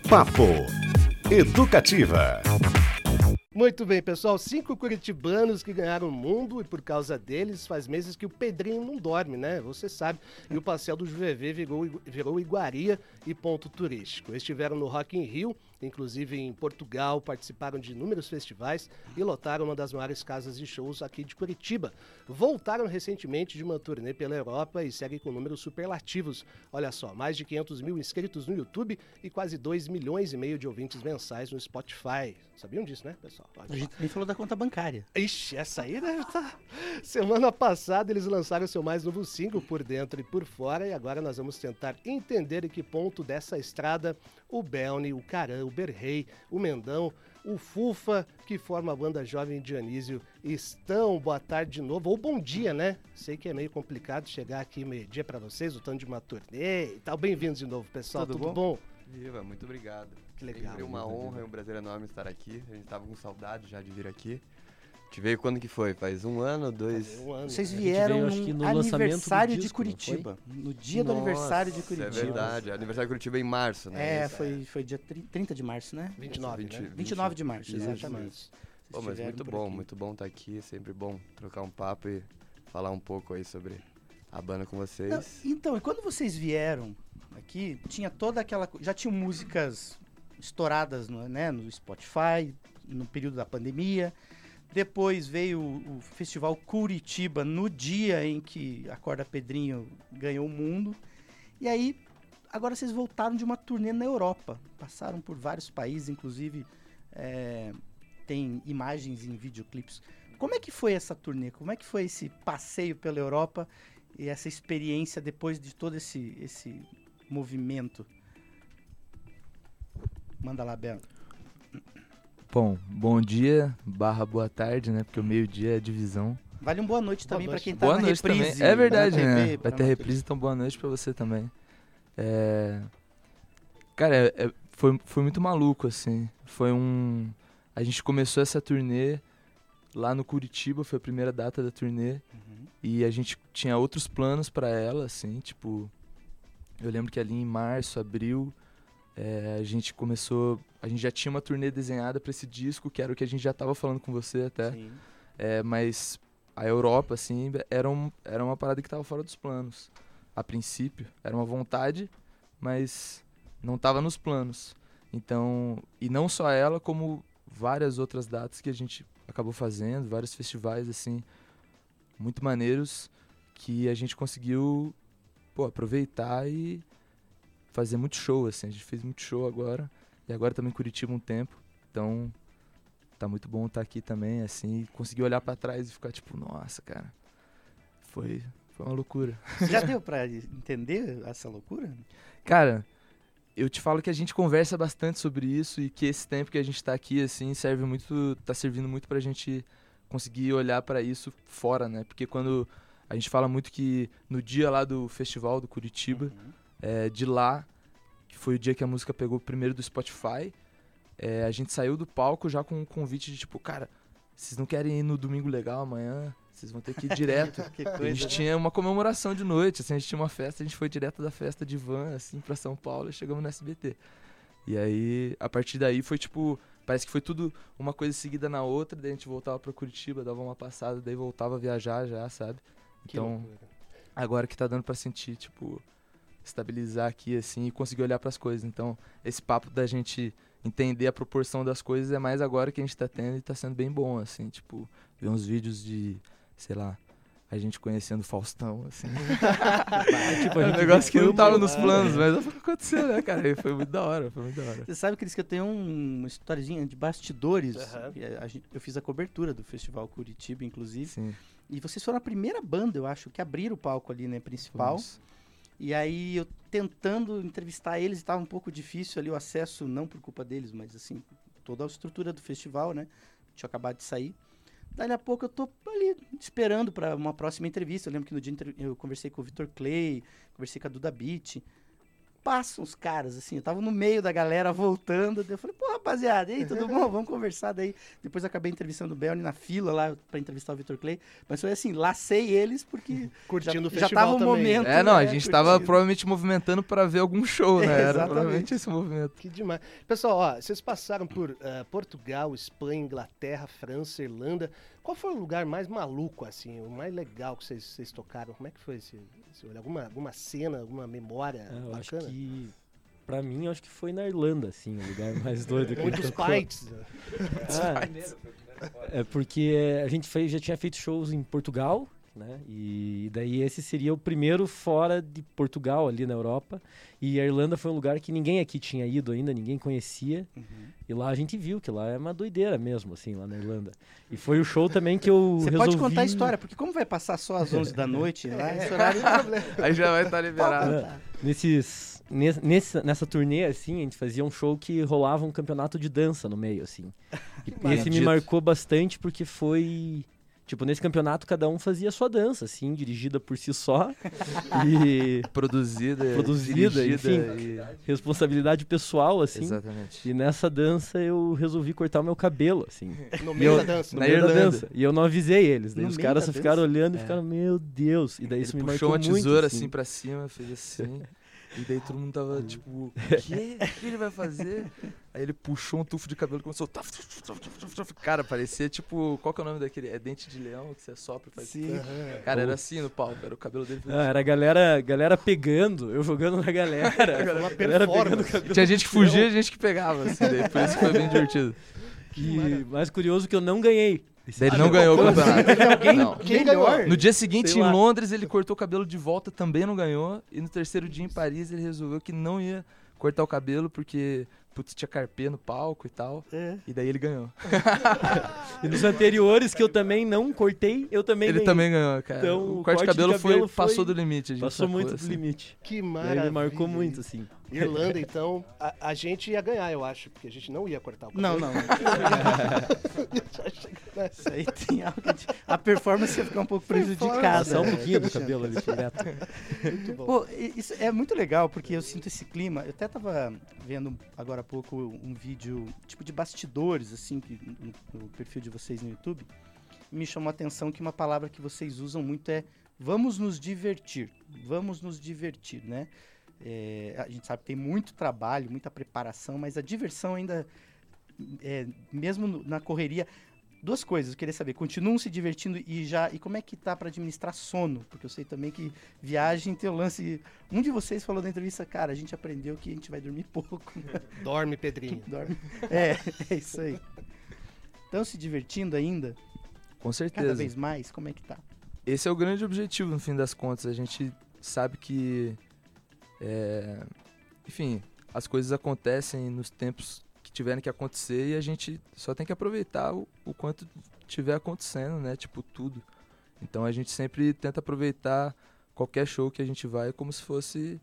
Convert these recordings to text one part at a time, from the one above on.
Papo Educativa. Muito bem, pessoal. 5 curitibanos que ganharam o mundo e por causa deles faz meses que o Pedrinho não dorme, né? Você sabe. E o passeio do Juvevê virou iguaria e ponto turístico. Estiveram no Rock in Rio, inclusive em Portugal, participaram de inúmeros festivais e lotaram uma das maiores casas de shows aqui de Curitiba. Voltaram recentemente de uma turnê pela Europa e seguem com números superlativos. Olha só, mais de 500 mil inscritos no YouTube e quase 2,5 milhões de ouvintes mensais no Spotify. Sabiam disso, né, pessoal? A gente nem falou da conta bancária. Ixi, essa aí deve estar... Semana passada eles lançaram seu mais novo single, Por Dentro e Por Fora, e agora nós vamos tentar entender em que ponto dessa estrada o Belny, o Caran, o Berrey, o Mendão, o Fufa, que forma a banda Jovem Dionísio, estão. Boa tarde de novo, ou bom dia, né? Sei que é meio complicado chegar aqui meio-dia pra vocês, voltando de uma turnê e tal. Bem-vindos de novo, pessoal. Tudo bom? Viva, muito obrigado. Que legal. Sempre uma honra e um prazer enorme estar aqui. A gente tava com saudade já de vir aqui. A gente veio quando que foi? Faz 1 ano, 2? Vocês vieram no aniversário de Curitiba. No dia do aniversário de Curitiba. É verdade. Aniversário de Curitiba em março, né? Foi dia 30 de março, né? 29, né? 29 de março, exatamente. Pô, mas muito bom estar aqui. Sempre bom trocar um papo e falar um pouco aí sobre a banda com vocês. Não, então, e quando vocês vieram aqui, tinha toda aquela... Já tinham músicas estouradas no Spotify, no período da pandemia. Depois veio o Festival Curitiba, no dia em que a Corda Pedrinho ganhou o mundo. E aí, agora vocês voltaram de uma turnê na Europa. Passaram por vários países, inclusive tem imagens em videoclipes. Como é que foi essa turnê? Como é que foi esse passeio pela Europa e essa experiência depois de todo esse movimento? Manda lá, Bel. Bom dia, boa tarde, né? Porque o meio-dia é a divisão. Vale boa noite também para quem tá boa na noite reprise. Também. É verdade, TV, né? Vai ter reprise, então boa noite para você também. Cara, foi muito maluco, assim. A gente começou essa turnê lá no Curitiba, foi a primeira data da turnê. Uhum. E a gente tinha outros planos para ela, assim, tipo... Eu lembro que ali em março, abril... a gente já tinha uma turnê desenhada para esse disco, que era o que a gente já estava falando com você até. Sim. Mas a Europa, assim, era uma parada que estava fora dos planos. A princípio, era uma vontade, mas não estava nos planos. Então, e não só ela, como várias outras datas que a gente acabou fazendo, vários festivais, assim, muito maneiros, que a gente conseguiu, aproveitar e fazer muito show, assim. A gente fez muito show agora, e agora também em Curitiba um tempo. Então, tá muito bom estar aqui também, assim, e conseguir olhar pra trás e ficar tipo, nossa, cara, foi uma loucura. Já deu pra entender essa loucura? Cara, eu te falo que a gente conversa bastante sobre isso e que esse tempo que a gente tá aqui, assim, tá servindo muito pra gente conseguir olhar pra isso fora, né? Porque quando a gente fala muito que no dia lá do festival do Curitiba, de lá, que foi o dia que a música pegou primeiro do Spotify, a gente saiu do palco já com um convite de tipo, cara, vocês não querem ir no Domingo Legal amanhã? Vocês vão ter que ir direto. A gente tinha uma comemoração de noite, assim, a gente tinha uma festa, a gente foi direto da festa de van, assim, pra São Paulo e chegamos no SBT. E aí, a partir daí foi tipo, parece que foi tudo uma coisa seguida na outra, daí a gente voltava pra Curitiba, dava uma passada, daí voltava a viajar já, sabe? Então, agora que tá dando pra sentir, tipo, estabilizar aqui, assim, e conseguir olhar pras coisas. Então, esse papo da gente entender a proporção das coisas é mais agora que a gente tá tendo e tá sendo bem bom, assim, tipo, ver uns vídeos de, sei lá, a gente conhecendo o Faustão, assim. Tipo, é um negócio que não tava nos planos, mas aconteceu, né, cara? E foi muito da hora, Você sabe, Cris, que eu tenho uma historinha de bastidores. Eu fiz a cobertura do Festival Curitiba, inclusive. Sim. E vocês foram a primeira banda, eu acho, que abriram o palco ali, né, principal. E aí eu tentando entrevistar eles, estava um pouco difícil ali o acesso, não por culpa deles, mas assim, toda a estrutura do festival, né? Tinha acabado de sair. Daí a pouco eu tô ali esperando para uma próxima entrevista. Eu lembro que no dia eu conversei com o Vitor Clay, conversei com a Duda Beat. passam os caras, assim. Eu tava no meio da galera, voltando. Daí eu falei, pô, rapaziada, e aí, tudo bom? Vamos conversar daí. Depois eu acabei entrevistando o Belny na fila lá pra entrevistar o Vitor Clay. Mas foi assim, lacei eles porque Curtindo o já festival tava o também. momento. É, não, a né, gente curtindo. tava provavelmente movimentando pra ver algum show, né? Era Exatamente. provavelmente esse movimento. Que demais. Pessoal, ó, vocês passaram por Portugal, Espanha, Inglaterra, França, Irlanda. Qual foi o lugar mais maluco, assim, o mais legal que vocês tocaram? Como é que foi esse olho? Alguma cena, alguma memória Eu acho bacana? que, pra mim, eu acho que foi na Irlanda, assim, o lugar mais doido que Muitos tocou. pints. É porque a gente já tinha feito shows em Portugal, né? E daí esse seria o primeiro fora de Portugal, ali na Europa. E a Irlanda foi um lugar que ninguém aqui tinha ido ainda, ninguém conhecia. E lá a gente viu que lá é uma doideira mesmo, assim, lá na Irlanda. E foi o show também que eu Você resolvi... pode contar a história, porque como vai passar só às 11 da noite, lá, esse horário não é problema. Aí já vai estar liberado. Nessa turnê, assim, a gente fazia um show que rolava um campeonato de dança no meio, assim. E esse me Maldito. marcou bastante porque foi... Tipo, nesse campeonato cada um fazia a sua dança, assim, dirigida por si só. E Produzida, Produzida, dirigida enfim. Responsabilidade pessoal, assim. Exatamente. E nessa dança eu resolvi cortar o meu cabelo, assim. No meio eu- da dança. No Na meio da Irlanda. dança. E eu não avisei eles. Daí No os meio caras da só ficaram dança? olhando e ficaram, meu Deus. E daí isso Ele me puxou marcou uma tesoura muito, assim pra cima, fez assim. E daí todo mundo tava tipo, o que ele vai fazer? Aí ele puxou um tufo de cabelo e começou. Cara, parecia tipo. Qual que é o nome daquele? É dente de leão que você sopra e faz. Sim. Cara, era assim no palco, era o cabelo dele. Ah, era a galera pegando, eu jogando na galera. Uma A galera pegando o performance. cabelo. Tinha gente que fugia e gente que pegava, assim, daí por isso que foi bem divertido. E mais curioso que eu não ganhei. Daí ele não ganhou o campeonato. Não. Quem ganhou? No dia seguinte, Sei em lá. Londres, ele cortou o cabelo de volta, também não ganhou. E no terceiro dia em Paris, ele resolveu que não ia cortar o cabelo, porque, putz, tinha carpê no palco e tal. É. E daí ele ganhou. E nos anteriores, que eu também não cortei, eu também Ele ganhei. também ganhou, cara. Então, o corte de cabelo, foi- passou do limite. A gente Passou sacou, muito do assim. limite. Que Daí maravilha. me marcou muito, assim. Irlanda, então, a gente ia ganhar, eu acho, porque a gente não ia cortar o cabelo. Não. Isso aí tem algo que a performance ia ficar um pouco prejudicada. Passar um né? pouquinho do cabelo ali direto. Muito bom. Pô, isso é muito legal, porque eu sinto esse clima. Eu até tava vendo agora há pouco um vídeo, tipo de bastidores, assim, no perfil de vocês no YouTube. E me chamou a atenção que uma palavra que vocês usam muito é vamos nos divertir. Vamos nos divertir, né? A gente sabe que tem muito trabalho, muita preparação, mas a diversão ainda, mesmo na correria... Duas coisas, eu queria saber, continuam se divertindo e como é que tá para administrar sono? Porque eu sei também que viagem tem o lance... Um de vocês falou na entrevista, cara, a gente aprendeu que a gente vai dormir pouco. Né? Dorme, Pedrinho. Dorme. É isso aí. Estão se divertindo ainda? Com Cada certeza. vez mais? Como é que tá? Esse é o grande objetivo, no fim das contas. A gente sabe que, enfim, as coisas acontecem nos tempos que tiverem que acontecer e a gente só tem que aproveitar o quanto tiver acontecendo, né? Tipo, tudo. Então a gente sempre tenta aproveitar qualquer show que a gente vai como se fosse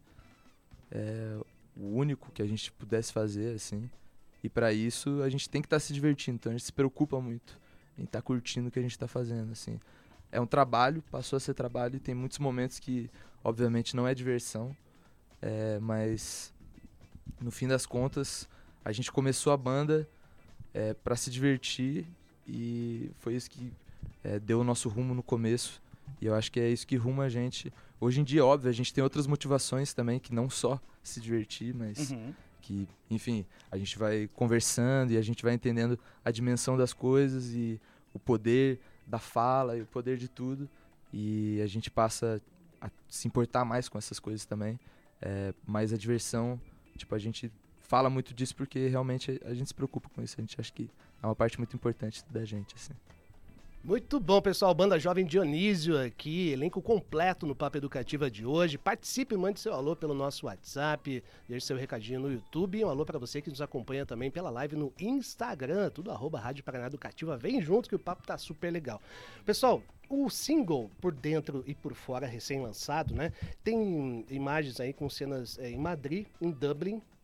o único que a gente pudesse fazer, assim. E pra isso a gente tem que estar se divertindo, então a gente se preocupa muito em estar curtindo o que a gente tá fazendo, assim. É um trabalho, passou a ser trabalho e tem muitos momentos que, obviamente, não é diversão, mas no fim das contas, a gente começou a banda para se divertir e foi isso que deu o nosso rumo no começo e eu acho que é isso que ruma a gente. Hoje em dia, óbvio, a gente tem outras motivações também, que não só se divertir, mas que, enfim, a gente vai conversando e a gente vai entendendo a dimensão das coisas e o poder da fala e o poder de tudo, e a gente passa a se importar mais com essas coisas também, mas a diversão, tipo, a gente fala muito disso porque realmente a gente se preocupa com isso, a gente acha que é uma parte muito importante da gente, assim. Muito bom, pessoal. Banda Jovem Dionísio aqui, elenco completo no Papo Educativa de hoje. Participe, mande seu alô pelo nosso WhatsApp, deixe seu recadinho no YouTube e um alô para você que nos acompanha também pela live no Instagram, tudo @Rádio Paraná Educativa. Vem junto que o papo tá super legal. Pessoal, o single Por Dentro e Por Fora, recém-lançado, né? Tem imagens aí com cenas em Madrid, em Dublin,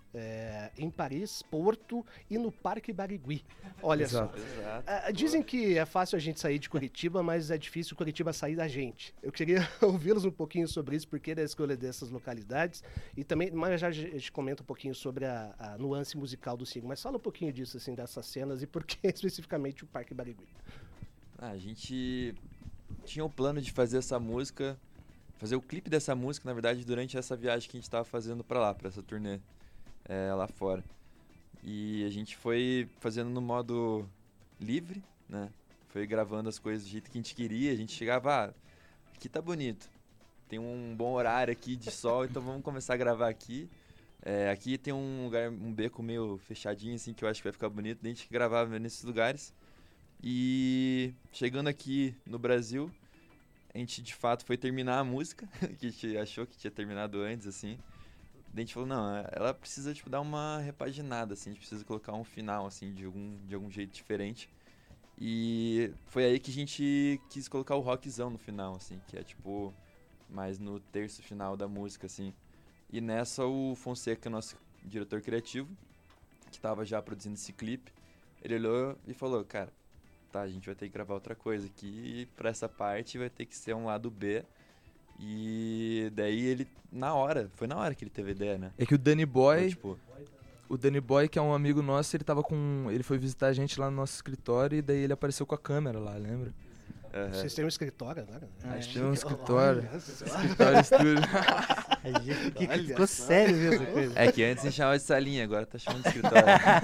em Paris, Porto e no Parque Barigui. Olha Exato. só. Dizem que é fácil a gente sair de Curitiba, mas é difícil Curitiba sair da gente. Eu queria ouvi-los um pouquinho sobre isso, porque da escolha dessas localidades, e também, mas já a gente comenta um pouquinho sobre a nuance musical do single, mas fala um pouquinho disso, assim, dessas cenas e por que especificamente o Parque Barigui. A gente tinha o plano de fazer essa música, fazer o clipe dessa música, na verdade, durante essa viagem que a gente estava fazendo para lá, para essa turnê lá fora. E a gente foi fazendo no modo livre, né? Foi gravando as coisas do jeito que a gente queria. A gente chegava, aqui tá bonito, tem um bom horário aqui de sol, então vamos começar a gravar aqui. Aqui tem um lugar, um beco meio fechadinho, assim, que eu acho que vai ficar bonito. Daí a gente gravava nesses lugares. E chegando aqui no Brasil, a gente de fato foi terminar a música, que a gente achou que tinha terminado antes, assim. Daí a gente falou, não, ela precisa, tipo, dar uma repaginada, assim, a gente precisa colocar um final, assim, de algum jeito diferente. E foi aí que a gente quis colocar o rockzão no final, assim, que é, tipo, mais no terço final da música, assim. E nessa o Fonseca, nosso diretor criativo, que tava já produzindo esse clipe, ele olhou e falou, cara, tá, a gente vai ter que gravar outra coisa aqui, e pra essa parte vai ter que ser um lado B. E daí ele, foi na hora que ele teve a ideia, né? É que o Danny Boy, Foi, tipo, o Danny Boy, que é um amigo nosso, ele foi visitar a gente lá no nosso escritório e daí ele apareceu com a câmera lá, lembra? Vocês têm um escritório agora? A gente tem um escritório. Olha só. Escritório estúdio. Olha Ficou só. sério mesmo essa coisa. É que antes a gente chamava de salinha, agora tá chamando de escritório.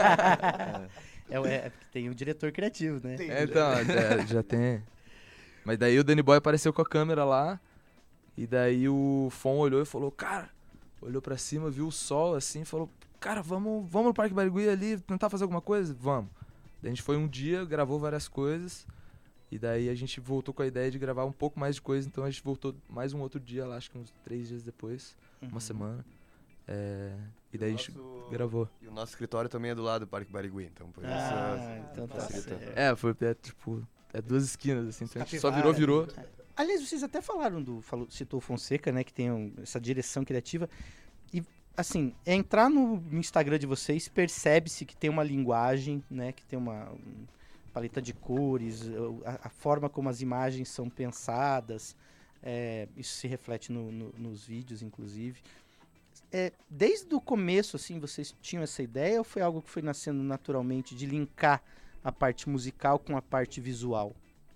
É porque tem o diretor criativo, né? Então, já tem. Mas daí o Danny Boy apareceu com a câmera lá. E daí o Fon olhou e falou, cara, olhou pra cima, viu o sol assim e falou, cara, vamos no Parque Barigui ali tentar fazer alguma coisa? Vamos. Daí a gente foi um dia, gravou várias coisas. E daí a gente voltou com a ideia de gravar um pouco mais de coisa. Então a gente voltou mais um outro dia lá, acho que uns 3 dias depois, uma semana. E daí a gente gravou. E o nosso escritório também é do lado do Parque Barigui, então por isso Então tá facilita. certo. Foi tipo, duas esquinas, assim. Então a gente só Capivara, virou. Aliás, vocês até falaram citou o Fonseca, né, que tem essa direção criativa. E, assim, entrar no Instagram de vocês, percebe-se que tem uma linguagem, né, que tem uma paleta de cores, a forma como as imagens são pensadas, isso se reflete nos vídeos, inclusive. Desde o começo, assim, vocês tinham essa ideia ou foi algo que foi nascendo naturalmente de linkar a parte musical com a parte visual?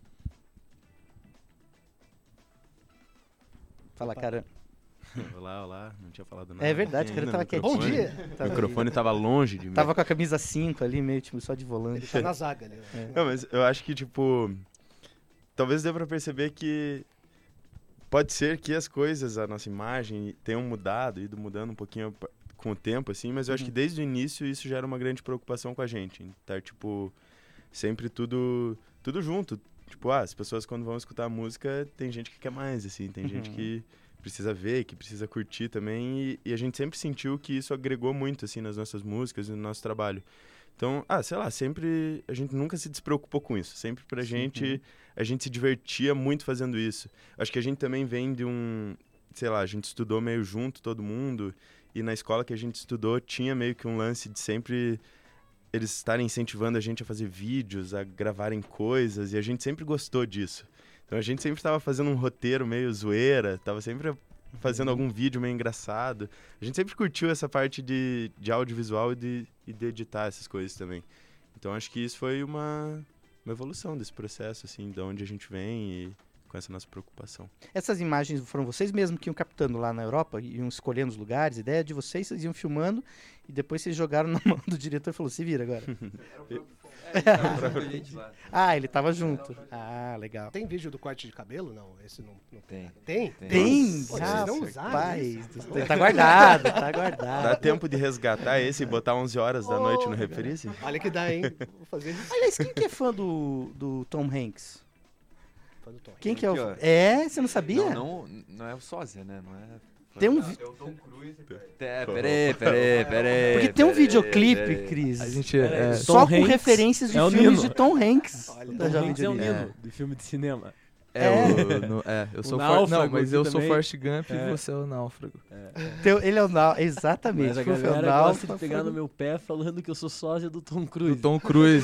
Fala, cara. Olá, não tinha falado nada. É verdade, o cara tava quietinho. Bom dia. O microfone tava longe de mim. Tava com a camisa 5 ali, meio tipo, só de volante. Ele tá na zaga ali. Né? Não, mas eu acho que, tipo, talvez dê pra perceber que pode ser que as coisas, a nossa imagem, tenham ido mudando um pouquinho com o tempo, assim, mas eu acho que desde o início isso já era uma grande preocupação com a gente. Tá, tipo, sempre tudo junto. Tipo, as pessoas quando vão escutar a música, tem gente que quer mais, assim, tem gente que precisa ver, que precisa curtir também, e a gente sempre sentiu que isso agregou muito, assim, nas nossas músicas e no nosso trabalho. Então, sei lá, sempre, a gente nunca se despreocupou com isso, sempre pra gente, a gente se divertia muito fazendo isso. Acho que a gente também vem de sei lá, a gente estudou meio junto, todo mundo, e na escola que a gente estudou tinha meio que um lance de sempre eles estarem incentivando a gente a fazer vídeos, a gravarem coisas, e a gente sempre gostou disso. Então a gente sempre estava fazendo um roteiro meio zoeira, estava sempre fazendo algum vídeo meio engraçado. A gente sempre curtiu essa parte de audiovisual e de editar essas coisas também. Então acho que isso foi uma evolução desse processo, assim, de onde a gente vem e com essa nossa preocupação. Essas imagens foram vocês mesmos que iam captando lá na Europa, iam escolhendo os lugares, a ideia de vocês iam filmando e depois vocês jogaram na mão do diretor e falou, se vira agora. Ele tava junto. Legal. Tem vídeo do corte de cabelo? Não, esse não Tem. Tem? Tem! Pô, vocês não usaram Rapaz, isso? tá guardado, tá guardado. Dá tempo de resgatar esse e botar 11 horas da noite no Reprise? Olha que dá, hein? Vou fazer isso. Aliás, quem que é fã do Tom Hanks? Fã do Tom. Quem que é o... Aqui, ó. Você não sabia? Não é o sósia, né? Não é... Tem um Peraí. Porque tem um videoclipe, Cris, A gente só Tom com Hanks referências de é o filmes Nino. de Tom Hanks. Olha, da Tom Jovem Hanks é o Guarda. Nino, de filme de cinema. Eu O sou náufrago Não, mas aqui eu sou também. Forrest Gump e você é o náufrago. Ele é o náufrago, exatamente. Mas a Fluffy é o galera gosta de náufrago. pegar no meu pé falando que eu sou sósia do Tom Do Cruise. Tom Cruise.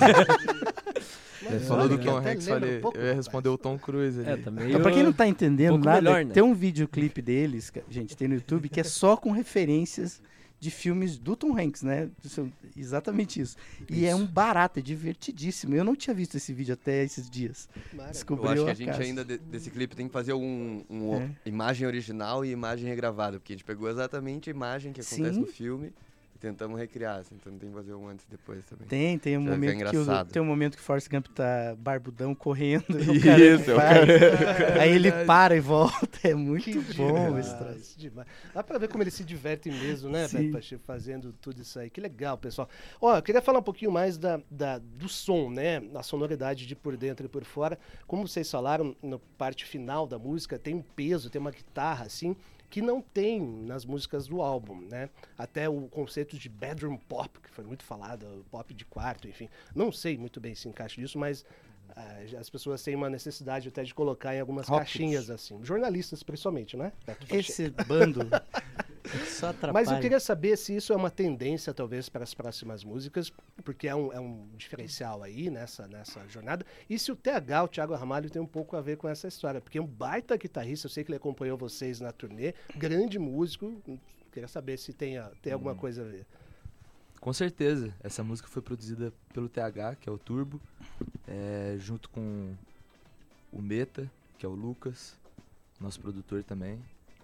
Ele falou olha do que Tom até Hanks, lembra falei, um pouco, eu ia responder rapaz. o Tom Cruise ali. Também. Não, pra quem não tá entendendo pouco nada, melhor, né? tem um videoclipe deles, gente, tem no YouTube, que é só com referências de filmes do Tom Hanks, né? Exatamente isso. E é um barato, é divertidíssimo. Eu não tinha visto esse vídeo até esses dias. Maravilha. Descobri Eu acho que a ao gente acaso. ainda, desse clipe, tem que fazer É. imagem original e imagem regravada, porque a gente pegou exatamente a imagem que acontece Sim. no filme e tentamos recriar, assim, então tem que fazer um antes e depois também. Tem um Vai ficar momento engraçado. tem um momento que o Forrest Gump tá barbudão correndo. Isso, o cara vai, aí ele para e volta. É muito Que bom esse demais, troço. demais. Dá pra ver como eles se divertem mesmo, né, Sim. Beto Pacheco, fazendo tudo isso aí. Que legal, pessoal. Ó, eu queria falar um pouquinho mais do som, né? A sonoridade de por dentro e por fora. Como vocês falaram, na parte final da música, tem um peso, tem uma guitarra, assim, que não tem nas músicas do álbum, né? Até o conceito de bedroom pop, que foi muito falado, pop de quarto, enfim. Não sei muito bem se encaixa nisso, mas as pessoas têm uma necessidade até de colocar em algumas Rótulos. caixinhas, assim. Jornalistas, principalmente, né? Beto Pacheco? Esse bando só atrapalha. Mas eu queria saber se isso é uma tendência, talvez, para as próximas músicas, porque é um diferencial aí nessa jornada. E se o TH, o Thiago Ramalho, tem um pouco a ver com essa história, porque é um baita guitarrista, eu sei que ele acompanhou vocês na turnê, grande músico, queria saber se tem alguma coisa a ver. Com certeza. Essa música foi produzida pelo TH, que é o Turbo, junto com o Meta, que é o Lucas, nosso produtor também.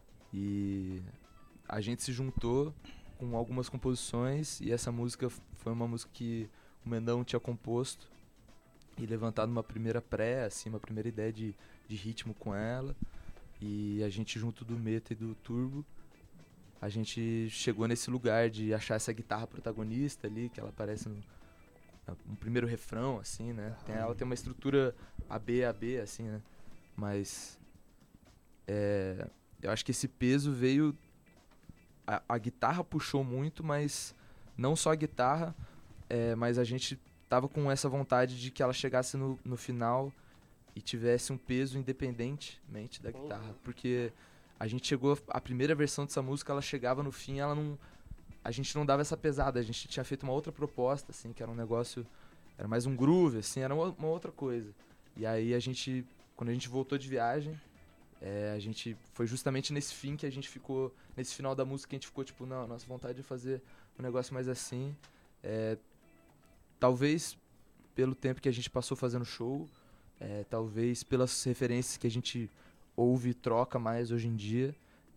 E a gente se juntou com algumas composições e essa música foi uma música que o Mendão tinha composto e levantado uma primeira assim, uma primeira ideia de ritmo com ela. E a gente, junto do Meta e do Turbo, a gente chegou nesse lugar de achar essa guitarra protagonista ali, que ela aparece no primeiro refrão, assim, né? Ela tem uma estrutura AB, assim, né? Mas eu acho que esse peso veio... A guitarra puxou muito, mas não só a guitarra, mas a gente tava com essa vontade de que ela chegasse no final e tivesse um peso independentemente da guitarra, porque a gente chegou, a primeira versão dessa música, ela chegava no fim, a gente não dava essa pesada, a gente tinha feito uma outra proposta, assim, que era um negócio, era mais um groove, assim, era uma outra coisa. E aí quando a gente voltou de viagem, a gente foi justamente nesse fim que a gente ficou, nesse final da música, que a gente ficou tipo, não, nossa vontade de fazer um negócio mais assim. Talvez pelo tempo que a gente passou fazendo show, talvez pelas referências que a gente ouve e troca mais hoje em dia,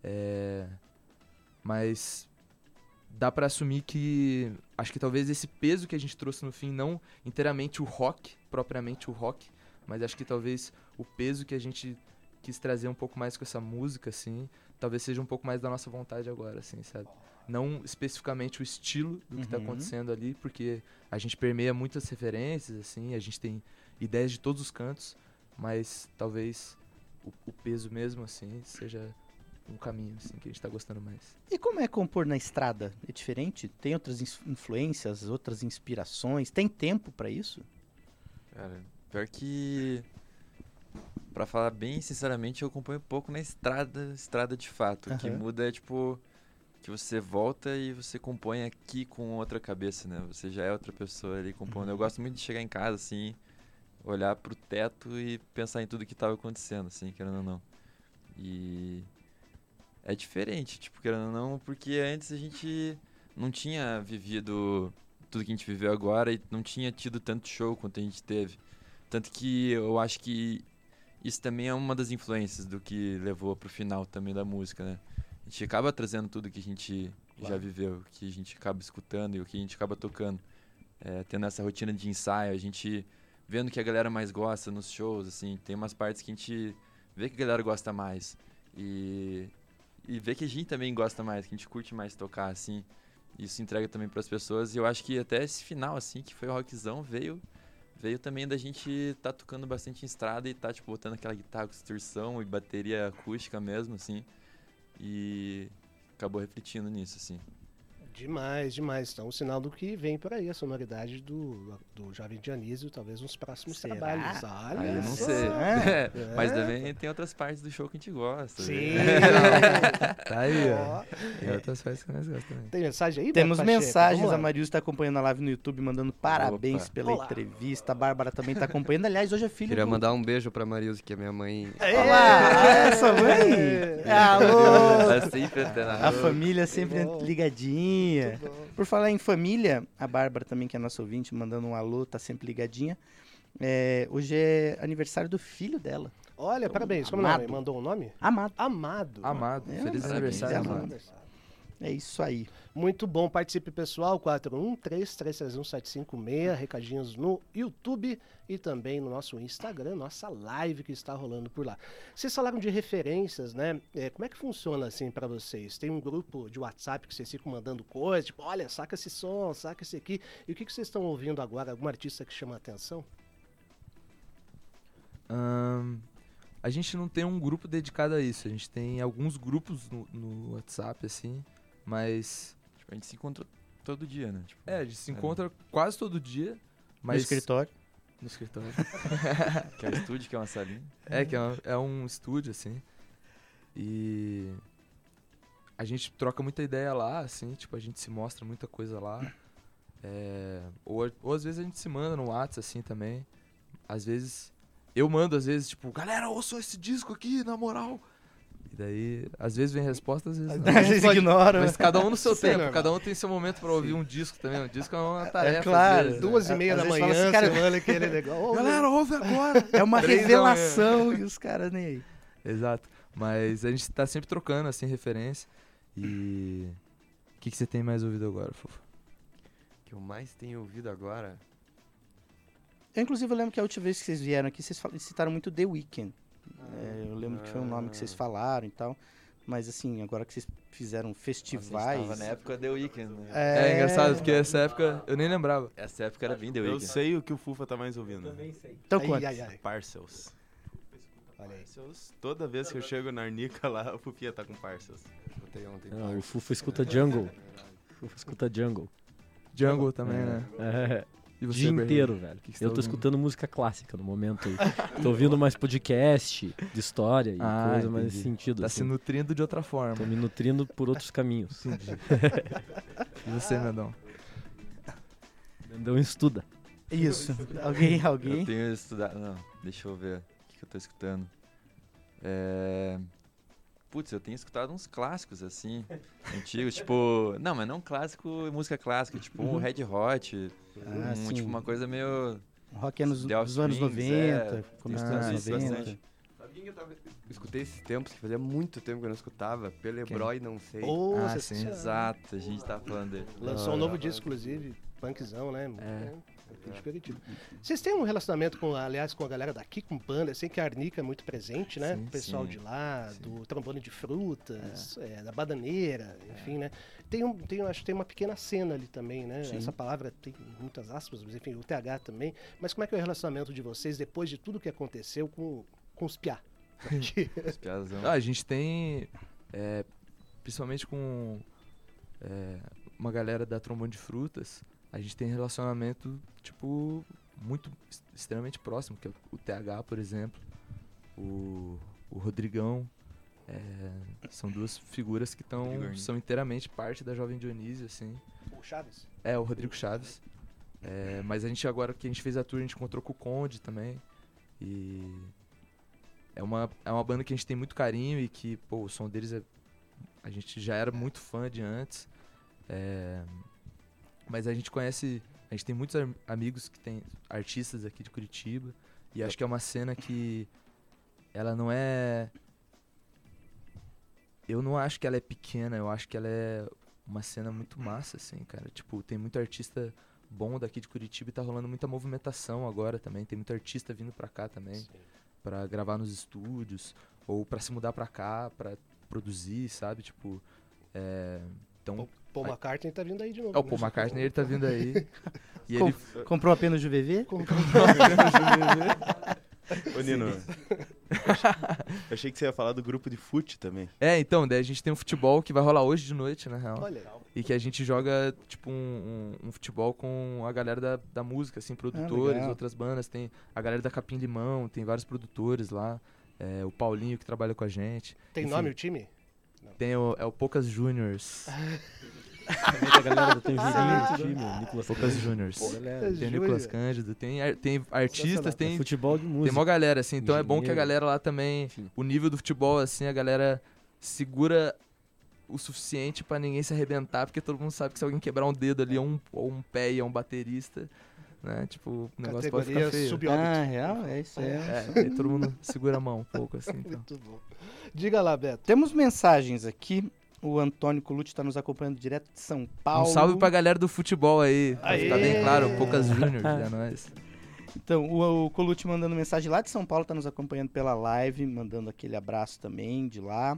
mas dá pra assumir que acho que talvez esse peso que a gente trouxe no fim, não inteiramente propriamente o rock, mas acho que talvez o peso que a gente quis trazer um pouco mais com essa música, assim, talvez seja um pouco mais da nossa vontade agora, assim, sabe? Não especificamente o estilo do que tá acontecendo ali, porque a gente permeia muitas referências, assim, a gente tem ideias de todos os cantos, mas talvez o peso mesmo, assim, seja um caminho, assim, que a gente tá gostando mais. E como é compor na estrada? É diferente? Tem outras influências, outras inspirações? Tem tempo pra isso? Cara, pior que... Pra falar bem sinceramente, eu acompanho pouco na estrada de fato. O que muda é, tipo, que você volta e você compõe aqui com outra cabeça, né? Você já é outra pessoa ali compondo. Eu gosto muito de chegar em casa, assim, olhar pro teto e pensar em tudo que tava acontecendo, assim, querendo ou não. E é diferente, tipo, querendo ou não, porque antes a gente não tinha vivido tudo que a gente viveu agora e não tinha tido tanto show quanto a gente teve. Tanto que eu acho que isso também é uma das influências do que levou pro final também da música, né? A gente acaba trazendo tudo que a gente já viveu, que a gente acaba escutando e o que a gente acaba tocando. Tendo essa rotina de ensaio, a gente vendo o que a galera mais gosta nos shows, assim. Tem umas partes que a gente vê que a galera gosta mais. E vê que a gente também gosta mais, que a gente curte mais tocar, assim. Isso entrega também pras pessoas. E eu acho que até esse final, assim, que foi o rockzão, veio também da gente tá tocando bastante em estrada e tá, tipo, botando aquela guitarra com distorção e bateria acústica mesmo, assim. E acabou refletindo nisso, assim. Demais, demais. Então, um sinal do que vem por aí, a sonoridade do Jovem Dionísio, talvez nos próximos Será? trabalhos. Olha Aí eu não só. sei. É. Mas também tem outras partes do show que a gente gosta. Sim. Tá aí, ó. Tem outras coisas que nós gostamos também. Tem mensagem aí, Temos Beto Pacheco? mensagens, Vamos a lá. Marius está acompanhando a live no YouTube, mandando parabéns Opa. pela Olá. entrevista. A Bárbara também está acompanhando. Aliás, hoje é filho Queria do... mandar um beijo pra Marilza, que é minha mãe. Olá, essa mãe! Alô! Tá sempre antenado. A família sempre bom. ligadinha. Muito bom. Por falar em família, a Bárbara também, que é nossa ouvinte, mandando um alô, tá sempre ligadinha. Hoje é aniversário do filho dela, Olha, parabéns. Como é o Amado. nome? Mandou um nome? Amado. Amado. Amado, É, feliz parabéns, aniversário, Amado. Amado. É isso aí. Muito bom. Participe, pessoal. 413-331-756. Recadinhos no YouTube e também no nosso Instagram, nossa live que está rolando por lá. Vocês falaram de referências, né? Como é que funciona assim pra vocês? Tem um grupo de WhatsApp que vocês ficam mandando coisas, tipo, olha, saca esse som, saca esse aqui. E o que vocês estão ouvindo agora? Algum artista que chama a atenção? A gente não tem um grupo dedicado a isso. A gente tem alguns grupos no WhatsApp, assim, mas... Tipo, a gente se encontra todo dia, né? Tipo, a gente se encontra quase todo dia, mas... No escritório. No escritório. Que é o estúdio, que é uma salinha. Que é um estúdio, assim. E... a gente troca muita ideia lá, assim, tipo, a gente se mostra muita coisa lá. Ou às vezes a gente se manda no WhatsApp, assim, também. Às vezes... eu mando, às vezes, tipo, galera, ouçam esse disco aqui, na moral. E daí, às vezes vem resposta, às vezes não. Vocês ignoram. Mas cada um no seu Isso é tempo, normal. cada um tem seu momento pra ouvir um disco também. Um disco é uma tarefa. claro. às vezes, né? 2h30 Às da vezes manhã, fala assim, cara, você manda aquele negócio. Galera, ouve agora! É uma 3 da revelação e os caras nem aí. Exato. Mas a gente tá sempre trocando, assim, referência. E... o que você tem mais ouvido agora, Fofo? O que eu mais tenho ouvido agora. Inclusive, eu lembro que a última vez que vocês vieram aqui, vocês citaram muito The Weeknd. Eu lembro que foi um nome que vocês falaram e tal. Mas assim, agora que vocês fizeram Nossa, a festivais... gente tava na época The Weeknd, né? É engraçado, porque essa época eu nem lembrava. Essa época era bem The Eu Weeknd. sei o que o Fufa tá mais ouvindo. Então, Ai, quanto? ai, ai. Parcels. Olha aí. Parcels. Toda vez que eu chego na Arnica lá, o Fufinha tá com Parcels. Escutei ontem. O Fufa escuta Jungle. Fufa escuta Jungle. Jungle também, né? E O você, dia Berlim? inteiro, velho. que você Eu tá tô ouvindo? escutando música clássica no momento aí. Tô ouvindo mais podcast de história e coisa mais nesse entendi. sentido. Tá assim. se nutrindo de outra forma. Tô me nutrindo por outros caminhos. E você, Mendão? Então estuda. Isso. Alguém? Eu tenho estudado. Não, deixa eu ver. O que eu tô escutando? Putz, eu tenho escutado uns clássicos, assim, antigos, tipo... Não, mas não clássico, música clássica, tipo um Red Hot, sim. tipo uma coisa meio... Rock é The dos anos Offsprings, 90, começo dos tem anos escutado isso 90. bastante. Sabe quem eu escutei esses tempos, que fazia muito tempo que eu não escutava? Pelebroy, não sei. Ô, Ah, sensacional. Exato, a gente tá falando dele. Lançou um novo disco, inclusive, punkzão, né? Muito É. bom. Muito divertido. Vocês têm um relacionamento com, aliás, com a galera daqui, com banda, assim, que a Arnica é muito presente, né? Sim, O pessoal sim. de lá, do trombone de frutas, da bananeira, enfim, né? Acho que tem uma pequena cena ali também, né? Sim. Essa palavra tem muitas aspas, mas enfim, o TH também. Mas como é que é o relacionamento de vocês depois de tudo que aconteceu com os piá? Os piazão. A gente tem, principalmente com uma galera da Trombone de Frutas, a gente tem relacionamento, tipo, muito, extremamente próximo, que é o TH, por exemplo, o Rodrigão, são duas figuras que Rodrigo são inteiramente parte da Jovem Dionísio, assim. O Chaves? O Rodrigo Chaves. Mas a gente agora que a gente fez a tour, a gente encontrou com o Conde também. E é uma banda que a gente tem muito carinho e que, pô, o som deles a gente já era muito fã de antes. Mas a gente tem muitos amigos que tem artistas aqui de Curitiba. E acho que é uma cena que ela não é... Eu não acho que ela é pequena, eu acho que ela é uma cena muito massa, assim, cara. Tipo, tem muito artista bom daqui de Curitiba e tá rolando muita movimentação agora também. Tem muito artista vindo pra cá também, pra gravar nos estúdios, ou pra se mudar pra cá, pra produzir, sabe? Tipo, então... O Paul McCartney tá vindo aí de novo. O Paul né? McCartney, ele tá vindo aí. E Com- ele... Comprou apenas o VV? Ô, Nino. Eu achei que você ia falar do grupo de fute também. Então, daí a gente tem um futebol que vai rolar hoje de noite, na real. Olha, e que a gente joga, tipo, um futebol com a galera da música, assim, produtores, legal. outras bandas. Tem a galera da Capim Limão, tem vários produtores lá. O Paulinho, que trabalha com a gente. Tem Enfim, nome o time? Tem o Poucas Juniors. Também tem a galera, tem o Julinho do time, o Nicolas Poucas Cândido. Juniors. Galera, Tem o Nicolas Cândido, tem artistas, é tem futebol de tem música. mó galera, assim. Então é bom que a Engenheiro. galera lá também, o nível do futebol, assim, a galera segura o suficiente pra ninguém se arrebentar, porque todo mundo sabe que se alguém quebrar um dedo ali ou um pé e é um baterista, né? Tipo, o negócio pode ficar Categoria feio. subóbito. Real, é isso aí. Aí todo mundo segura a mão um pouco, assim. Então. Muito bom. Diga lá, Beto. Temos mensagens aqui. O Antônio Colucci está nos acompanhando direto de São Paulo. Um salve pra galera do futebol aí, pra ficar bem Aê! claro, Poucas Juniors, é nóis. Então, o Colucci mandando mensagem lá de São Paulo, está nos acompanhando pela live, mandando aquele abraço também de lá.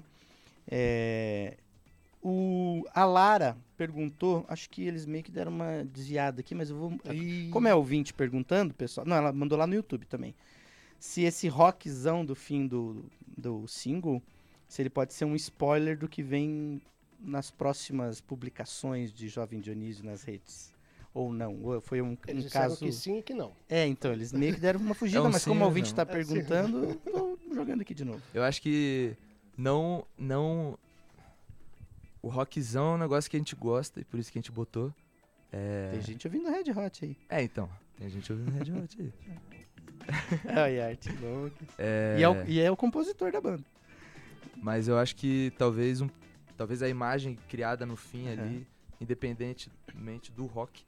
A Lara perguntou, acho que eles meio que deram uma desviada aqui, mas eu vou... Como é ouvinte perguntando, pessoal... Não, ela mandou lá no YouTube também. Se esse rockzão do fim do single, se ele pode ser um spoiler do que vem nas próximas publicações de Jovem Dionísio nas redes. Ou não, ou foi um Eles disseram caso... que sim e que não. Então, eles meio que deram uma fugida, um mas sim como o ou ouvinte não? está perguntando, tô jogando aqui de novo. Eu acho que não... O rockzão é um negócio que a gente gosta e por isso que a gente botou. Tem gente ouvindo Red Hot aí. Então. Tem gente ouvindo Red Hot aí. Ai, arte louca. É, E é o compositor da banda. Mas eu acho que talvez a imagem criada no fim ali, independentemente do rock,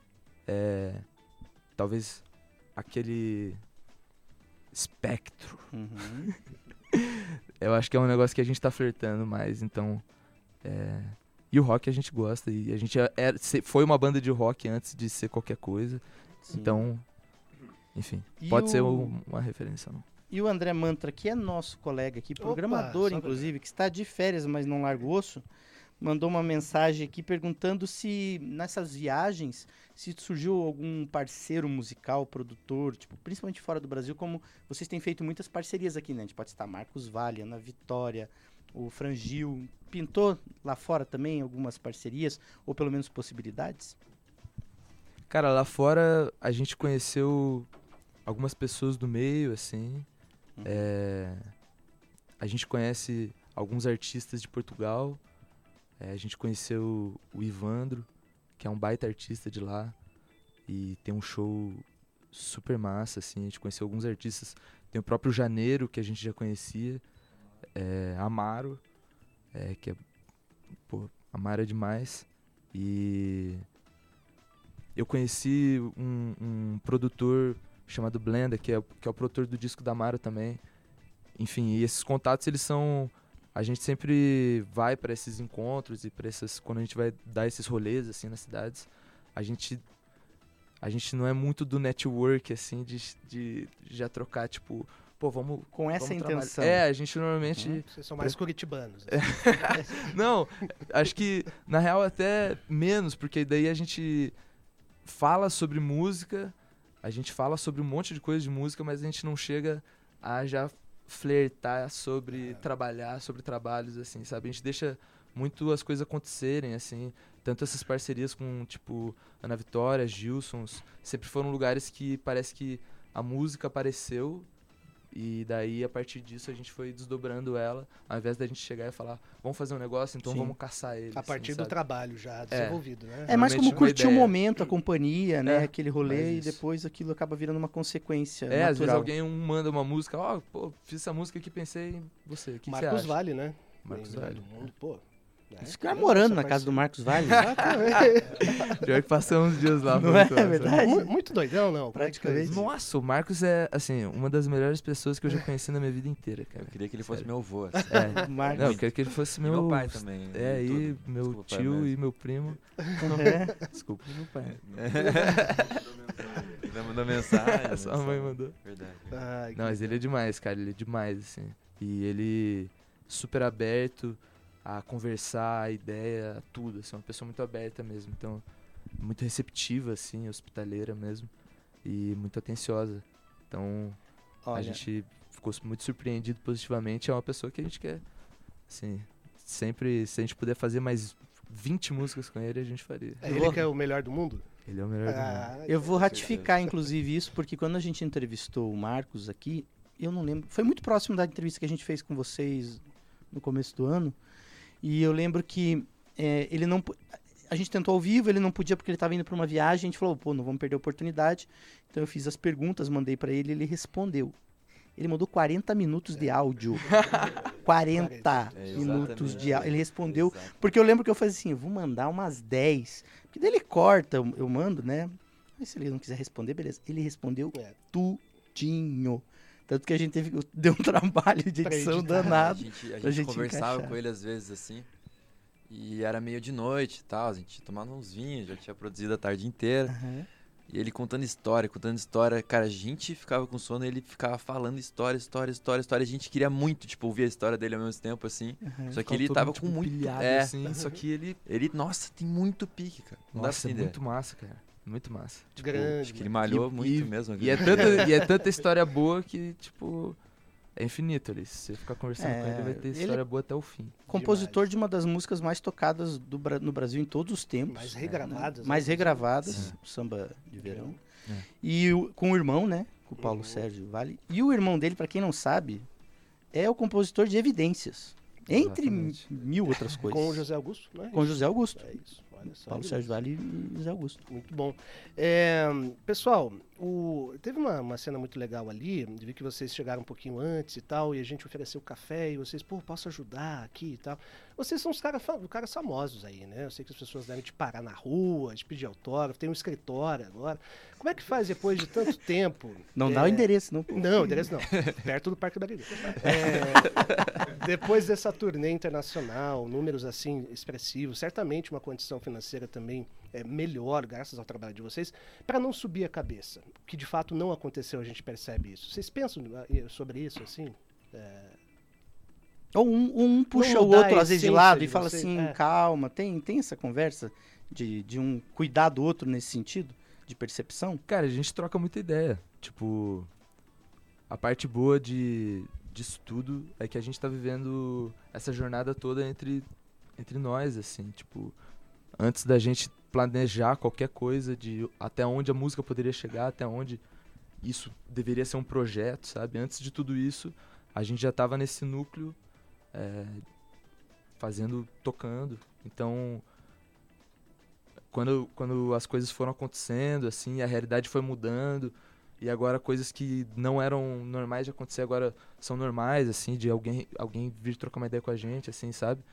talvez aquele espectro. Uhum. Eu acho que é um negócio que a gente tá flertando mais, então... E o rock a gente gosta, e a gente foi uma banda de rock antes de ser qualquer coisa, Sim. então, enfim, E pode ser o- uma referência, não. E o André Mantra, que é nosso colega aqui, programador, só inclusive, que está de férias, mas não larga o osso, mandou uma mensagem aqui perguntando se nessas viagens, se surgiu algum parceiro musical, produtor, tipo, principalmente fora do Brasil, como vocês têm feito muitas parcerias aqui, né? A gente pode citar Marcos Vale, Ana Vitória, o Frangil. Pintou lá fora também algumas parcerias, ou pelo menos possibilidades? Cara, lá fora a gente conheceu algumas pessoas do meio, assim. A gente conhece alguns artistas de Portugal. A gente conheceu o Ivandro, que é um baita artista de lá. E tem um show super massa, assim. A gente conheceu alguns artistas. Tem o próprio Janeiro, que a gente já conhecia. Amaro, que é... Pô, Amaro é demais. E eu conheci um produtor chamado Blenda, que é o produtor do disco da Amaro também. Enfim, e esses contatos, eles são... A gente sempre vai para esses encontros e para essas... Quando a gente vai dar esses rolês, assim, nas cidades, a gente não é muito do network, assim, de já trocar, tipo... Pô, vamos... Com essa vamos intenção. a gente normalmente... Vocês são mais curitibanos. Não, acho que na real até menos, porque daí a gente fala sobre música, a gente fala sobre um monte de coisa de música, mas a gente não chega a já flertar sobre trabalhar, sobre trabalhos, assim, sabe? A gente deixa muito as coisas acontecerem, assim, tanto essas parcerias com, tipo, Ana Vitória, Gilsons, sempre foram lugares que parece que a música apareceu. E daí, a partir disso, a gente foi desdobrando ela, ao invés da gente chegar e falar, vamos fazer um negócio, então Sim. vamos caçar ele. A partir assim, do sabe? trabalho já desenvolvido, né? É mais como Normalmente uma curtir o ideia. momento, a companhia, né? Aquele rolê, mais e isso. depois aquilo acaba virando uma consequência Às vezes natural. alguém manda uma música, pô, fiz essa música aqui, pensei em você, o que você Marcos acha? Vale, né? Marcos Lembrando Vale. do mundo, pô. Esse cara morando na casa do Marcos Vale. Pior que passamos uns dias lá. Não foi muito é massa. verdade? Muito doidão, não. Praticamente. Nossa, o Marcos é, assim, uma das melhores pessoas que eu já conheci na minha vida inteira, cara. Eu queria que ele fosse Sério. meu avô. Assim. Marcos. Não, eu queria que ele fosse E meu... meu pai também. E tudo. meu Desculpa, pai, tio mas- e meu primo. É. Desculpa, meu pai. Ainda mandou mensagem. Só a mãe mandou. Verdade. Ai, Não, mas ele é demais, cara, ele é demais, assim. E ele super aberto a conversar, a ideia, a tudo, assim, uma pessoa muito aberta mesmo. Então, muito receptiva, assim, hospitaleira mesmo. E muito atenciosa. Então, a Olha, gente ficou muito surpreendido positivamente. É uma pessoa que a gente quer, assim, sempre, se a gente puder fazer mais 20 músicas com ele, a gente faria. É ele que é o melhor do mundo? Ele é o melhor do mundo. Eu vou ratificar, inclusive, isso, porque quando a gente entrevistou o Marcos aqui, eu não lembro, foi muito próximo da entrevista que a gente fez com vocês no começo do ano, e eu lembro que ele não... A gente tentou ao vivo, ele não podia porque ele estava indo para uma viagem, a gente falou, pô, não vamos perder a oportunidade. Então eu fiz as perguntas, mandei para ele, ele respondeu. Ele mandou 40 minutos de áudio. 40 minutos de áudio. Ele respondeu, porque eu lembro que eu falei assim, eu vou mandar umas 10. Porque daí ele corta, eu mando, né? Mas se ele não quiser responder, beleza. Ele respondeu tudinho. Tanto que a gente deu um trabalho de edição danado. A gente conversava com ele às vezes assim. E era meio de noite e tal, a gente tomava uns vinhos, já tinha produzido a tarde inteira. Uhum. E ele contando história. Cara, a gente ficava com sono e ele ficava falando história. A gente queria muito, tipo, ouvir a história dele ao mesmo tempo, assim. Uhum. Só que ele tava com muito... pilhado, assim, só que ele... Nossa, tem muito pique, cara. Não dá pra Nossa, é entender. muito massa, cara. Muito massa. Tipo, grande. Acho que ele malhou muito mesmo. E é tanta história boa que, tipo... É infinito ali. Se você ficar conversando com ele, vai ter história boa até o fim. Compositor de uma das músicas mais tocadas no Brasil em todos os tempos. Mais regravadas. Mais regravadas, samba de verão. E com o irmão, né? Com o Paulo Sérgio Vale. E o irmão dele, pra quem não sabe, é o compositor de Evidências. Entre mil outras coisas. Com o José Augusto, né? Com José Augusto. É isso. Olha só. Paulo Sérgio Vale e José Augusto. Muito bom. Pessoal, teve uma cena muito legal ali, de ver que vocês chegaram um pouquinho antes e tal, e a gente ofereceu café, e vocês, posso ajudar aqui e tal. Vocês são os caras famosos aí, né? Eu sei que as pessoas devem te parar na rua, te pedir autógrafo, tem um escritório agora. Como é que faz depois de tanto tempo? Não dá o endereço, não. Não, endereço não. Perto do Parque Barigui. Depois dessa turnê internacional, números assim expressivos, certamente uma condição financeira também melhor, graças ao trabalho de vocês, para não subir a cabeça. O que de fato não aconteceu, a gente percebe isso. Vocês pensam sobre isso, assim? Ou um puxa o outro, às vezes, de lado e fala assim, calma, tem essa conversa de um cuidar do outro nesse sentido, de percepção? Cara, a gente troca muita ideia. Tipo, a parte boa disso tudo é que a gente tá vivendo essa jornada toda entre nós, assim, tipo, antes da gente planejar qualquer coisa de até onde a música poderia chegar, até onde isso deveria ser um projeto, sabe? Antes de tudo isso, a gente já tava nesse núcleo tocando. Então, quando as coisas foram acontecendo, assim, a realidade foi mudando, e agora coisas que não eram normais de acontecer agora são normais, assim, de alguém vir trocar uma ideia com a gente, assim, sabe?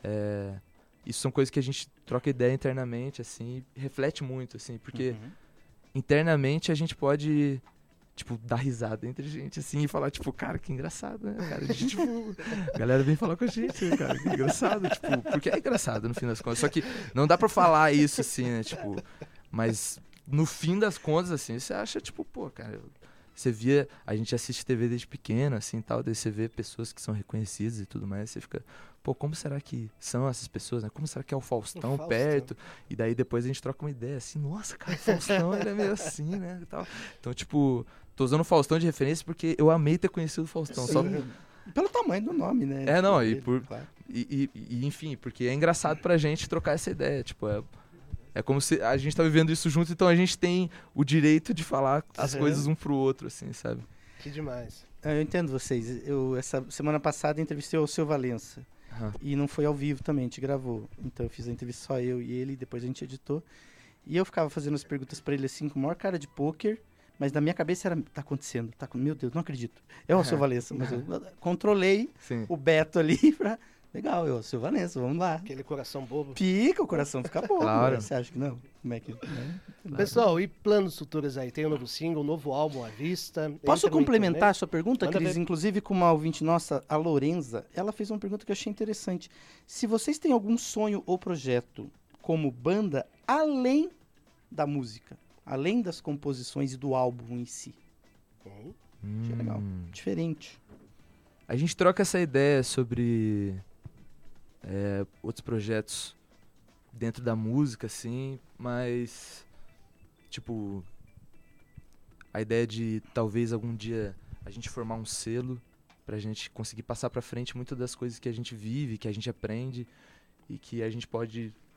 Isso são coisas que a gente troca ideia internamente, assim, e reflete muito, assim, porque internamente a gente pode, tipo, dar risada entre a gente, assim, e falar, tipo, cara, que engraçado, né, cara? A gente, tipo, a galera vem falar com a gente, né, cara, que engraçado, tipo, porque é engraçado no fim das contas, só que não dá pra falar isso, assim, né, tipo, mas no fim das contas, assim, você acha, tipo, pô, cara, você via, a gente assiste TV desde pequeno, assim, e tal, daí você vê pessoas que são reconhecidas e tudo mais, você fica, pô, como será que são essas pessoas, né? Como será que é o Faustão perto? E daí depois a gente troca uma ideia, assim, nossa, cara, o Faustão, ele é meio assim, né, e tal. Então, tipo, tô usando o Faustão de referência porque eu amei ter conhecido o Faustão. Sim, só pelo tamanho do nome, né? Claro. E enfim, porque é engraçado pra gente trocar essa ideia, tipo, é como se a gente tá vivendo isso junto, então a gente tem o direito de falar as coisas um pro outro, assim, sabe? Que demais. Eu entendo vocês. Essa semana passada entrevistei o Seu Valença. E não foi ao vivo também, a gente gravou. Então eu fiz a entrevista só eu e ele, depois a gente editou. E eu ficava fazendo as perguntas pra ele assim, com a maior cara de pôquer, mas na minha cabeça era, tá acontecendo, meu Deus, não acredito. É o Seu Valença, mas eu controlei o Beto ali pra... Legal, eu, Seu Valença, vamos lá. Aquele coração bobo. Pica, o coração fica bobo. Claro. Né? Você acha que não? Como é que... Pessoal, e planos futuros aí? Tem um novo single, um novo álbum à vista? Posso complementar a sua pergunta, Manda Cris? ver. Inclusive com uma ouvinte nossa, a Lorenza, ela fez uma pergunta que eu achei interessante. Se vocês têm algum sonho ou projeto como banda, além da música, além das composições e do álbum em si? Achei legal. Diferente. A gente troca essa ideia sobre outros projetos dentro da música, assim, mas, tipo, a ideia de talvez algum dia a gente formar um selo pra gente conseguir passar pra frente muitas das coisas que a gente vive, que a gente aprende e que a gente pode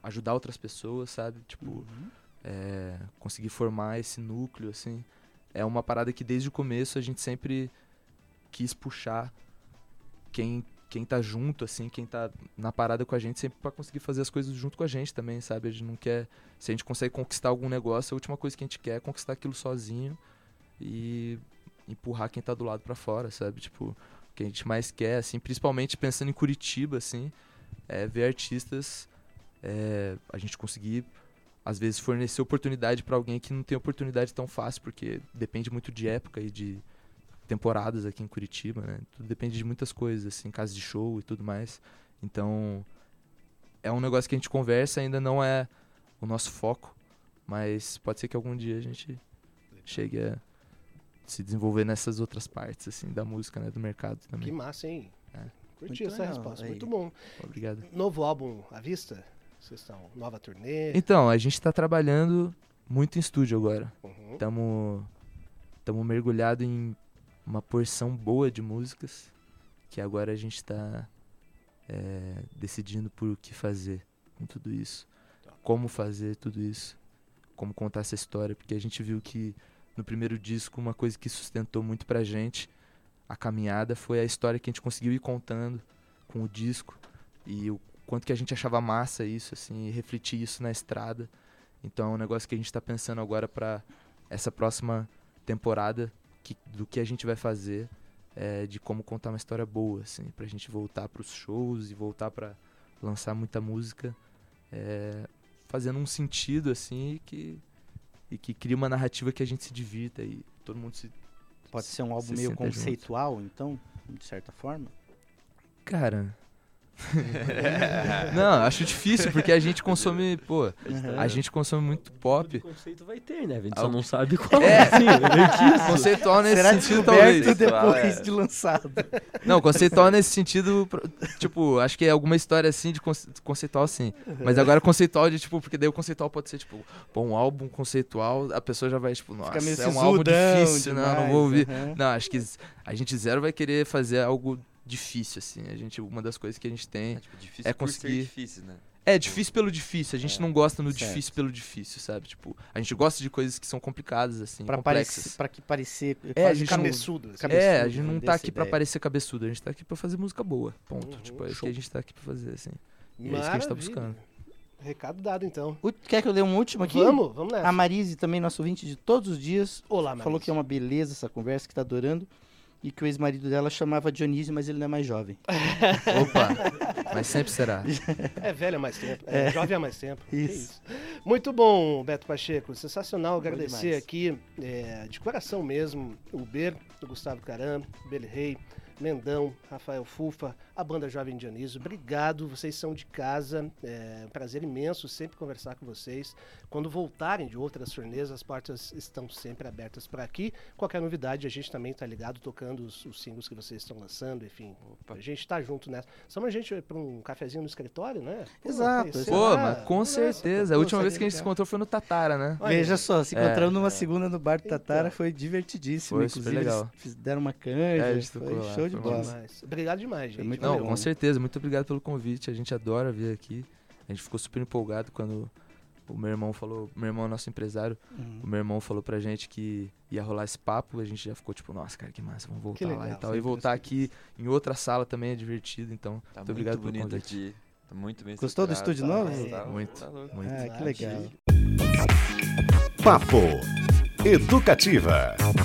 ajudar outras pessoas, sabe? Tipo, conseguir formar esse núcleo, assim. É uma parada que desde o começo a gente sempre quis puxar quem tá junto, assim, quem tá na parada com a gente, sempre pra conseguir fazer as coisas junto com a gente também, sabe? A gente não quer... Se a gente consegue conquistar algum negócio, a última coisa que a gente quer é conquistar aquilo sozinho e empurrar quem tá do lado pra fora, sabe? Tipo, o que a gente mais quer, assim, principalmente pensando em Curitiba, assim, é ver artistas, a gente conseguir, às vezes, fornecer oportunidade pra alguém que não tem oportunidade tão fácil, porque depende muito de época e de temporadas aqui em Curitiba, né? Tudo depende de muitas coisas, assim, casa de show e tudo mais. Então, é um negócio que a gente conversa, ainda não é o nosso foco, mas pode ser que algum dia a gente chegue a se desenvolver nessas outras partes, assim, da música, né? Do mercado também. Que massa, hein? Curti Muito essa legal, resposta, aí. muito bom. Obrigado. Novo álbum à vista? Vocês estão... Nova turnê? Então, a gente tá trabalhando muito em estúdio agora. Uhum. Tamo mergulhado em uma porção boa de músicas que agora a gente tá decidindo por o que fazer com tudo isso. Como fazer tudo isso. Como contar essa história. Porque a gente viu que no primeiro disco uma coisa que sustentou muito pra gente a caminhada foi a história que a gente conseguiu ir contando com o disco. E o quanto que a gente achava massa isso, assim, e refletir isso na estrada. Então é um negócio que a gente tá pensando agora pra essa próxima temporada, do que a gente vai fazer, de como contar uma história boa, assim, pra gente voltar pros shows e voltar pra lançar muita música, fazendo um sentido, assim, e que cria uma narrativa que a gente se divirta e todo mundo se... Pode ser um álbum se meio senta conceitual, então, de certa forma? Cara... Não, acho difícil, porque a gente consome, a gente consome muito pop. O conceito vai ter, né? A gente só não sabe qual. Conceitual nesse Será sentido, descoberto talvez. depois de lançado. Não, conceitual nesse sentido, tipo, acho que é alguma história assim de conceitual, sim. Mas agora conceitual de, tipo, porque daí o conceitual pode ser, tipo, um álbum conceitual, a pessoa já vai, tipo, nossa, meio é um álbum difícil, demais, não vou ouvir. Não, acho que a gente zero vai querer fazer algo difícil, assim. Uma das coisas que a gente tem difícil é conseguir... difícil, né? É, difícil pelo difícil. A gente não gosta no certo. difícil pelo difícil, sabe? Tipo, a gente gosta de coisas que são complicadas, assim, Pra complexas. que parecer a gente Cabeçudo. Assim. A gente não tá aqui pra ideia. parecer cabeçudo, a gente tá aqui pra fazer música boa, ponto. Uhum, Tipo, é isso show. que a gente tá aqui pra fazer, assim. E é isso que a gente tá buscando. Recado dado, então. Quer que eu dê um último aqui? Vamos nessa. A Marise, também nosso ouvinte de todos os dias, Olá, Marise. falou que é uma beleza essa conversa, que tá adorando. E que o ex-marido dela chamava Dionísio, mas ele não é mais jovem. Opa, mas sempre será. É velho há mais tempo. Jovem há mais tempo. Isso. Que isso. Muito bom, Beto Pacheco. Sensacional. Agradecer demais. aqui, de coração mesmo, o Ber, o Gustavo Caram, Beli Rei, Mendão, Rafael Fufa, a banda Jovem Dionísio. Obrigado, vocês são de casa. É um prazer imenso sempre conversar com vocês. Quando voltarem de outras turnês, as portas estão sempre abertas para aqui. Qualquer novidade, a gente também está ligado, tocando os singles que vocês estão lançando, enfim. A gente está junto nessa. Só a gente para um cafezinho no escritório, né? Exato. conhecer Pô, lá. mas com Nossa, certeza. A pô, última vez seria que a gente se legal. encontrou foi no Tatara, né? Olha Veja aí. só, se encontramos numa segunda no bar do Tatara, Então. foi divertidíssimo. Foi super Inclusive, legal. eles deram uma canja, a gente tocou foi lá, show de foi bola. Demais. Obrigado demais, gente. muito Não, bom. com certeza. Muito obrigado pelo convite. A gente adora vir aqui. A gente ficou super empolgado quando o meu irmão falou... Meu irmão é nosso empresário. O meu irmão falou pra gente que ia rolar esse papo. A gente já ficou tipo, nossa, cara, que massa. Vamos voltar legal, lá e tal. sempre E voltar aqui em outra sala também é divertido. Então, Tá muito obrigado pelo bonito convite. aqui. Tá muito bem Gostou do estruturado, estúdio novo? Tá, Muito, tá louco. muito. Ah, que legal. Papo Educativa.